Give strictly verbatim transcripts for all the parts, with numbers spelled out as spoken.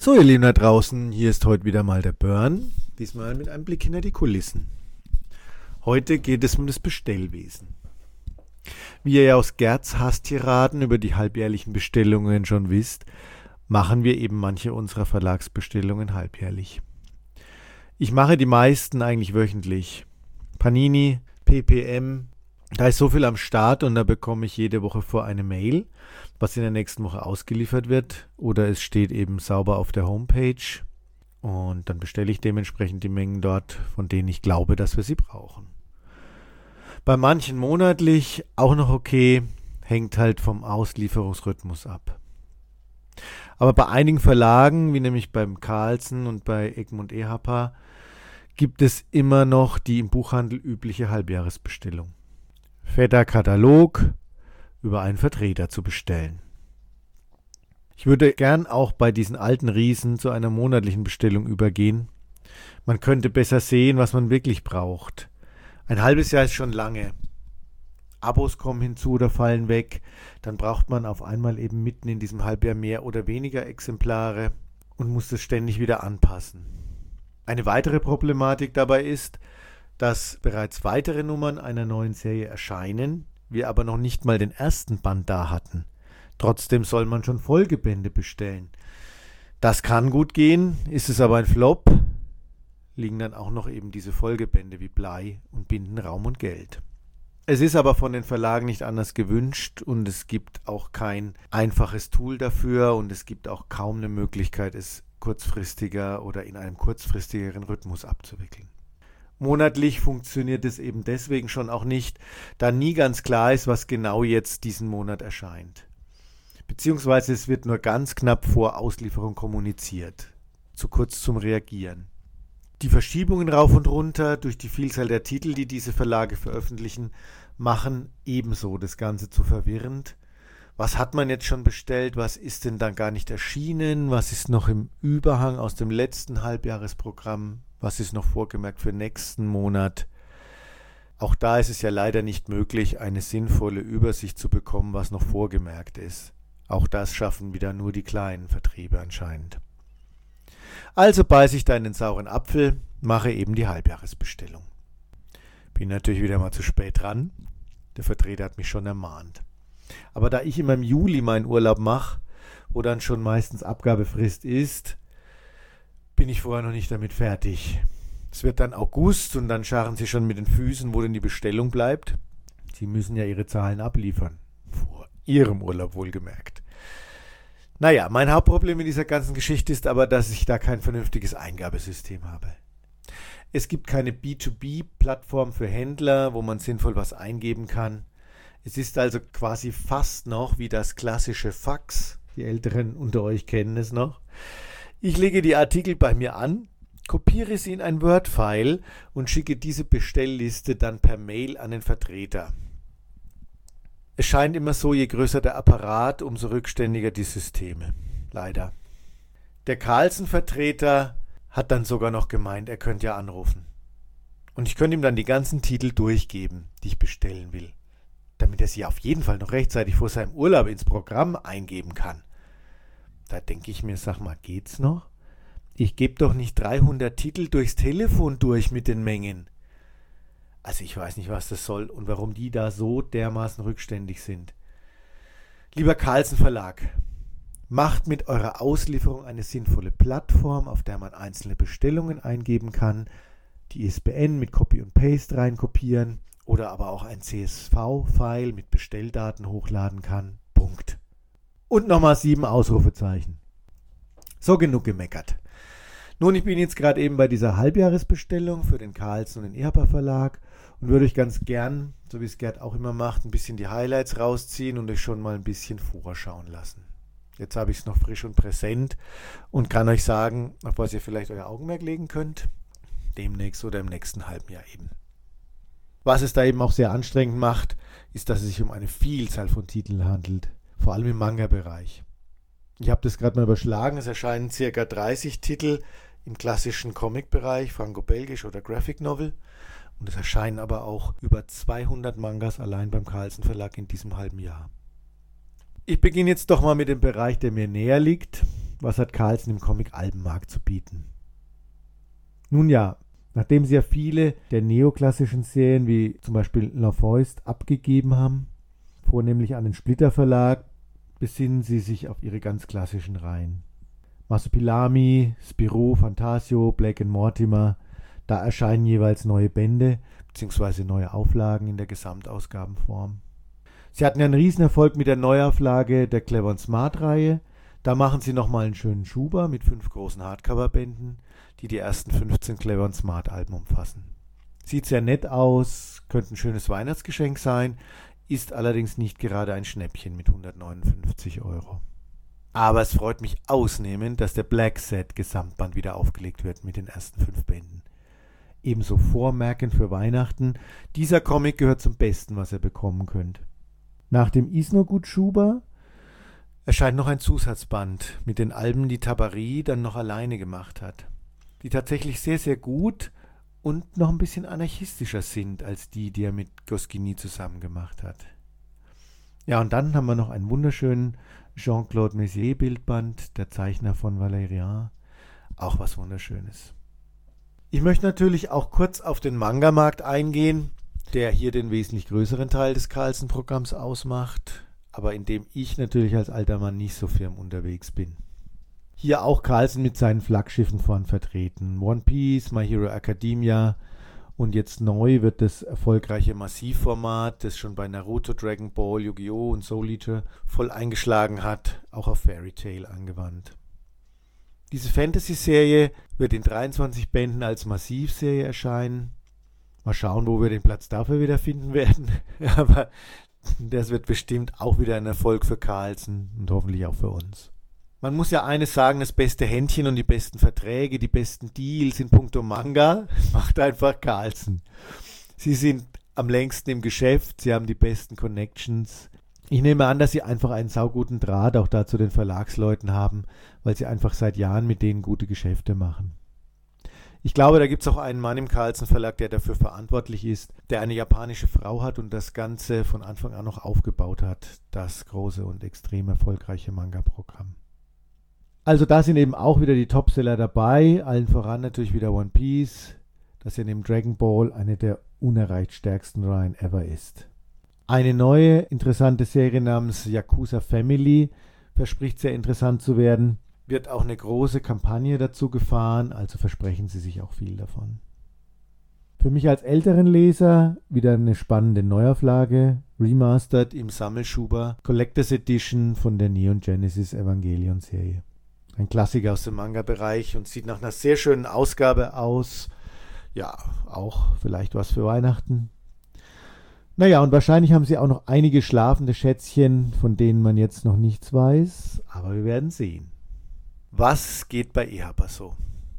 So, ihr Lieben da draußen, hier ist heute wieder mal der Börn, diesmal mit einem Blick hinter die Kulissen. Heute geht es um das Bestellwesen. Wie ihr ja aus Gerds Hasstiraden über die halbjährlichen Bestellungen schon wisst, machen wir eben manche unserer Verlagsbestellungen halbjährlich. Ich mache die meisten eigentlich wöchentlich. Panini, P P M, da ist so viel am Start und da bekomme ich jede Woche vor eine Mail, was in der nächsten Woche ausgeliefert wird, oder es steht eben sauber auf der Homepage und dann bestelle ich dementsprechend die Mengen dort, von denen ich glaube, dass wir sie brauchen. Bei manchen monatlich auch noch okay, hängt halt vom Auslieferungsrhythmus ab. Aber bei einigen Verlagen, wie nämlich beim Carlsen und bei Egmont Ehapa, gibt es immer noch die im Buchhandel übliche Halbjahresbestellung. Fetter Katalog über einen Vertreter zu bestellen. Ich würde gern auch bei diesen alten Riesen zu einer monatlichen Bestellung übergehen. Man könnte besser sehen, was man wirklich braucht. Ein halbes Jahr ist schon lange. Abos kommen hinzu oder fallen weg. Dann braucht man auf einmal eben mitten in diesem Halbjahr mehr oder weniger Exemplare und muss das ständig wieder anpassen. Eine weitere Problematik dabei ist, dass bereits weitere Nummern einer neuen Serie erscheinen, wir aber noch nicht mal den ersten Band da hatten. Trotzdem soll man schon Folgebände bestellen. Das kann gut gehen, ist es aber ein Flop, liegen dann auch noch eben diese Folgebände wie Blei und binden Raum und Geld. Es ist aber von den Verlagen nicht anders gewünscht und es gibt auch kein einfaches Tool dafür und es gibt auch kaum eine Möglichkeit, es kurzfristiger oder in einem kurzfristigeren Rhythmus abzuwickeln. Monatlich funktioniert es eben deswegen schon auch nicht, da nie ganz klar ist, was genau jetzt diesen Monat erscheint. Beziehungsweise es wird nur ganz knapp vor Auslieferung kommuniziert. Zu kurz zum Reagieren. Die Verschiebungen rauf und runter durch die Vielzahl der Titel, die diese Verlage veröffentlichen, machen ebenso das Ganze zu verwirrend. Was hat man jetzt schon bestellt? Was ist denn dann gar nicht erschienen? Was ist noch im Überhang aus dem letzten Halbjahresprogramm? Was ist noch vorgemerkt für nächsten Monat? Auch da ist es ja leider nicht möglich, eine sinnvolle Übersicht zu bekommen, was noch vorgemerkt ist. Auch das schaffen wieder nur die kleinen Vertriebe anscheinend. Also beiße ich da in den sauren Apfel, mache eben die Halbjahresbestellung. Bin natürlich wieder mal zu spät dran. Der Vertreter hat mich schon ermahnt. Aber da ich immer im Juli meinen Urlaub mache, wo dann schon meistens Abgabefrist ist, bin ich vorher noch nicht damit fertig. Es wird dann August und dann scharren sie schon mit den Füßen, wo denn die Bestellung bleibt. Sie müssen ja ihre Zahlen abliefern. Vor ihrem Urlaub wohlgemerkt. Naja, mein Hauptproblem in dieser ganzen Geschichte ist aber, dass ich da kein vernünftiges Eingabesystem habe. Es gibt keine B zwei B-Plattform für Händler, wo man sinnvoll was eingeben kann. Es ist also quasi fast noch wie das klassische Fax. Die Älteren unter euch kennen es noch. Ich lege die Artikel bei mir an, kopiere sie in ein Word-File und schicke diese Bestellliste dann per Mail an den Vertreter. Es scheint immer so, je größer der Apparat, umso rückständiger die Systeme. Leider. Der Carlsen-Vertreter hat dann sogar noch gemeint, er könnte ja anrufen. Und ich könnte ihm dann die ganzen Titel durchgeben, die ich bestellen will, damit er sie auf jeden Fall noch rechtzeitig vor seinem Urlaub ins Programm eingeben kann. Da denke ich mir, sag mal, geht's noch? Ich gebe doch nicht dreihundert Titel durchs Telefon durch mit den Mengen. Also ich weiß nicht, was das soll und warum die da so dermaßen rückständig sind. Lieber Carlsen Verlag, macht mit eurer Auslieferung eine sinnvolle Plattform, auf der man einzelne Bestellungen eingeben kann, die I S B N mit Copy und Paste reinkopieren oder aber auch ein C S V-File mit Bestelldaten hochladen kann. Punkt. Und nochmal sieben Ausrufezeichen. So, genug gemeckert. Nun, ich bin jetzt gerade eben bei dieser Halbjahresbestellung für den Carlsen und den Ehapa Verlag und würde euch ganz gern, so wie es Gerd auch immer macht, ein bisschen die Highlights rausziehen und euch schon mal ein bisschen vorschauen lassen. Jetzt habe ich es noch frisch und präsent und kann euch sagen, auf was ihr vielleicht euer Augenmerk legen könnt, demnächst oder im nächsten halben Jahr eben. Was es da eben auch sehr anstrengend macht, ist, dass es sich um eine Vielzahl von Titeln handelt, vor allem im Manga-Bereich. Ich habe das gerade mal überschlagen, es erscheinen ca. dreißig Titel im klassischen Comic-Bereich, franco-belgisch oder Graphic Novel. Und es erscheinen aber auch über zweihundert Mangas allein beim Carlsen Verlag in diesem halben Jahr. Ich beginne jetzt doch mal mit dem Bereich, der mir näher liegt, was hat Carlsen im Comic-Albenmarkt zu bieten? Nun ja, nachdem sie ja viele der neoklassischen Serien wie zum Beispiel La Foist abgegeben haben, vornehmlich an den Splitter Verlag, besinnen sie sich auf ihre ganz klassischen Reihen. Masopilami, Spirou, Fantasio, Black and Mortimer, da erscheinen jeweils neue Bände bzw. neue Auflagen in der Gesamtausgabenform. Sie hatten ja einen Riesenerfolg mit der Neuauflage der Clever und Smart Reihe. Da machen sie nochmal einen schönen Schuber mit fünf großen Hardcover-Bänden, die die ersten fünfzehn Clever und Smart Alben umfassen. Sieht sehr nett aus, könnte ein schönes Weihnachtsgeschenk sein, ist allerdings nicht gerade ein Schnäppchen mit hundertneunundfünfzig Euro. Aber es freut mich ausnehmend, dass der Black Set Gesamtband wieder aufgelegt wird mit den ersten fünf Bänden. Ebenso Vormerken für Weihnachten. Dieser Comic gehört zum Besten, was ihr bekommen könnt. Nach dem Isnogut Schuber erscheint noch ein Zusatzband mit den Alben, die Tabari dann noch alleine gemacht hat, die tatsächlich sehr, sehr gut und noch ein bisschen anarchistischer sind als die, die er mit Goscinny zusammen gemacht hat. Ja, und dann haben wir noch einen wunderschönen Jean-Claude Messier Bildband, der Zeichner von Valérian, auch was Wunderschönes. Ich möchte natürlich auch kurz auf den Manga-Markt eingehen, der hier den wesentlich größeren Teil des Carlsen-Programms ausmacht, aber in dem ich natürlich als alter Mann nicht so firm unterwegs bin. Hier auch Carlsen mit seinen Flaggschiffen vorn vertreten. One Piece, My Hero Academia und jetzt neu wird das erfolgreiche Massivformat, das schon bei Naruto, Dragon Ball, Yu-Gi-Oh! Und Soul Eater voll eingeschlagen hat, auch auf Fairy Tail angewandt. Diese Fantasy-Serie wird in dreiundzwanzig Bänden als Massivserie erscheinen. Mal schauen, wo wir den Platz dafür wieder finden werden. Aber das wird bestimmt auch wieder ein Erfolg für Carlsen und hoffentlich auch für uns. Man muss ja eines sagen, das beste Händchen und die besten Verträge, die besten Deals in puncto Manga macht einfach Carlsen. Sie sind am längsten im Geschäft, sie haben die besten Connections. Ich nehme an, dass sie einfach einen sauguten Draht auch da zu den Verlagsleuten haben, weil sie einfach seit Jahren mit denen gute Geschäfte machen. Ich glaube, da gibt es auch einen Mann im Carlsen Verlag, der dafür verantwortlich ist, der eine japanische Frau hat und das Ganze von Anfang an noch aufgebaut hat, das große und extrem erfolgreiche Manga-Programm. Also da sind eben auch wieder die Topseller dabei, allen voran natürlich wieder One Piece, das ja neben Dragon Ball eine der unerreicht stärksten Reihen ever ist. Eine neue, interessante Serie namens Yakuza Family verspricht sehr interessant zu werden. Wird auch eine große Kampagne dazu gefahren, also versprechen Sie sich auch viel davon. Für mich als älteren Leser wieder eine spannende Neuauflage, remastered im Sammelschuber, Collectors Edition von der Neon Genesis Evangelion Serie. Ein Klassiker aus dem Manga-Bereich und sieht nach einer sehr schönen Ausgabe aus. Ja, auch vielleicht was für Weihnachten. Naja, und wahrscheinlich haben sie auch noch einige schlafende Schätzchen, von denen man jetzt noch nichts weiß, aber wir werden sehen. Was geht bei E H A so?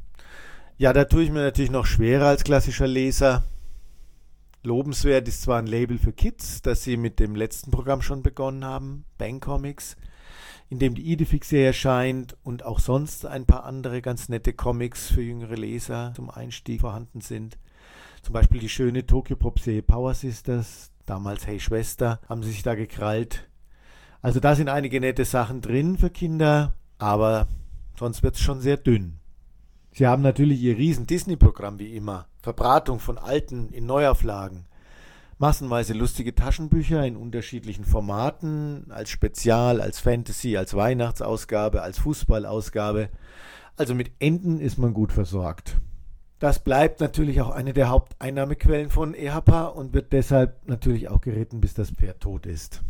Ja, da tue ich mir natürlich noch schwerer als klassischer Leser. Lobenswert ist zwar ein Label für Kids, das sie mit dem letzten Programm schon begonnen haben, Bang Comics, in dem die Idefix-Serie erscheint und auch sonst ein paar andere ganz nette Comics für jüngere Leser zum Einstieg vorhanden sind. Zum Beispiel die schöne Tokyo-Pop-Serie Power Sisters, damals Hey Schwester, haben sie sich da gekrallt. Also da sind einige nette Sachen drin für Kinder, aber sonst wird es schon sehr dünn. Sie haben natürlich ihr riesen Disney-Programm wie immer. Verbratung von alten in Neuauflagen. Massenweise lustige Taschenbücher in unterschiedlichen Formaten, als Spezial, als Fantasy, als Weihnachtsausgabe, als Fußballausgabe. Also mit Enden ist man gut versorgt. Das bleibt natürlich auch eine der Haupteinnahmequellen von E H P A und wird deshalb natürlich auch geritten, bis das Pferd tot ist.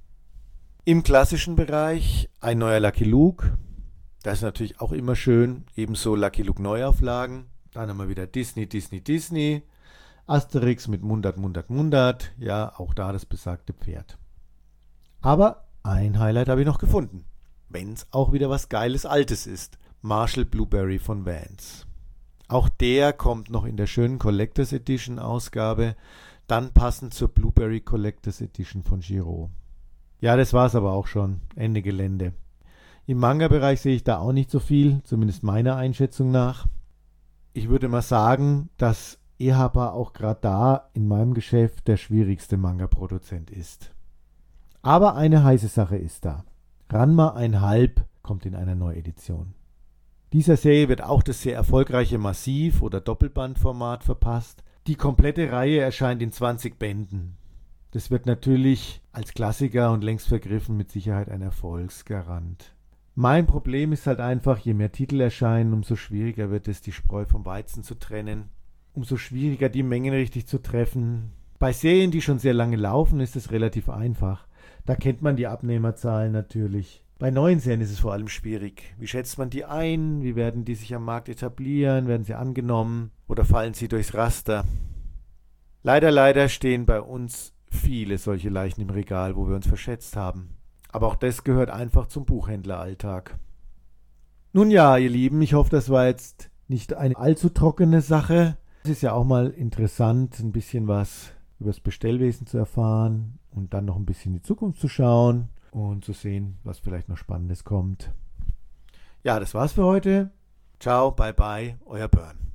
Im klassischen Bereich ein neuer Lucky Luke. Das ist natürlich auch immer schön. Ebenso Lucky Luke Neuauflagen. Dann haben wir wieder Disney, Disney, Disney. Asterix mit Mundart, Mundart, Mundart. Ja, auch da das besagte Pferd. Aber ein Highlight habe ich noch gefunden. Wenn es auch wieder was Geiles Altes ist. Marshall Blueberry von Vance. Auch der kommt noch in der schönen Collectors Edition Ausgabe. Dann passend zur Blueberry Collectors Edition von Giraud. Ja, das war's aber auch schon. Ende Gelände. Im Manga-Bereich sehe ich da auch nicht so viel, zumindest meiner Einschätzung nach. Ich würde mal sagen, dass E H P A auch gerade da in meinem Geschäft der schwierigste Manga-Produzent ist. Aber eine heiße Sache ist da. Ranma ein Halb kommt in einer Neuedition. Dieser Serie wird auch das sehr erfolgreiche Massiv- oder Doppelbandformat verpasst. Die komplette Reihe erscheint in zwanzig Bänden. Das wird natürlich als Klassiker und längst vergriffen mit Sicherheit ein Erfolgsgarant. Mein Problem ist halt einfach, je mehr Titel erscheinen, umso schwieriger wird es, die Spreu vom Weizen zu trennen. Umso schwieriger, die Mengen richtig zu treffen. Bei Serien, die schon sehr lange laufen, ist es relativ einfach. Da kennt man die Abnehmerzahlen natürlich. Bei neuen Serien ist es vor allem schwierig. Wie schätzt man die ein? Wie werden die sich am Markt etablieren? Werden sie angenommen? Oder fallen sie durchs Raster? Leider, leider stehen bei uns viele solche Leichen im Regal, wo wir uns verschätzt haben. Aber auch das gehört einfach zum Buchhändleralltag. Nun ja, ihr Lieben, ich hoffe, das war jetzt nicht eine allzu trockene Sache. Es ist ja auch mal interessant, ein bisschen was über das Bestellwesen zu erfahren und dann noch ein bisschen in die Zukunft zu schauen und zu sehen, was vielleicht noch Spannendes kommt. Ja, das war's für heute. Ciao, bye bye, euer Börn.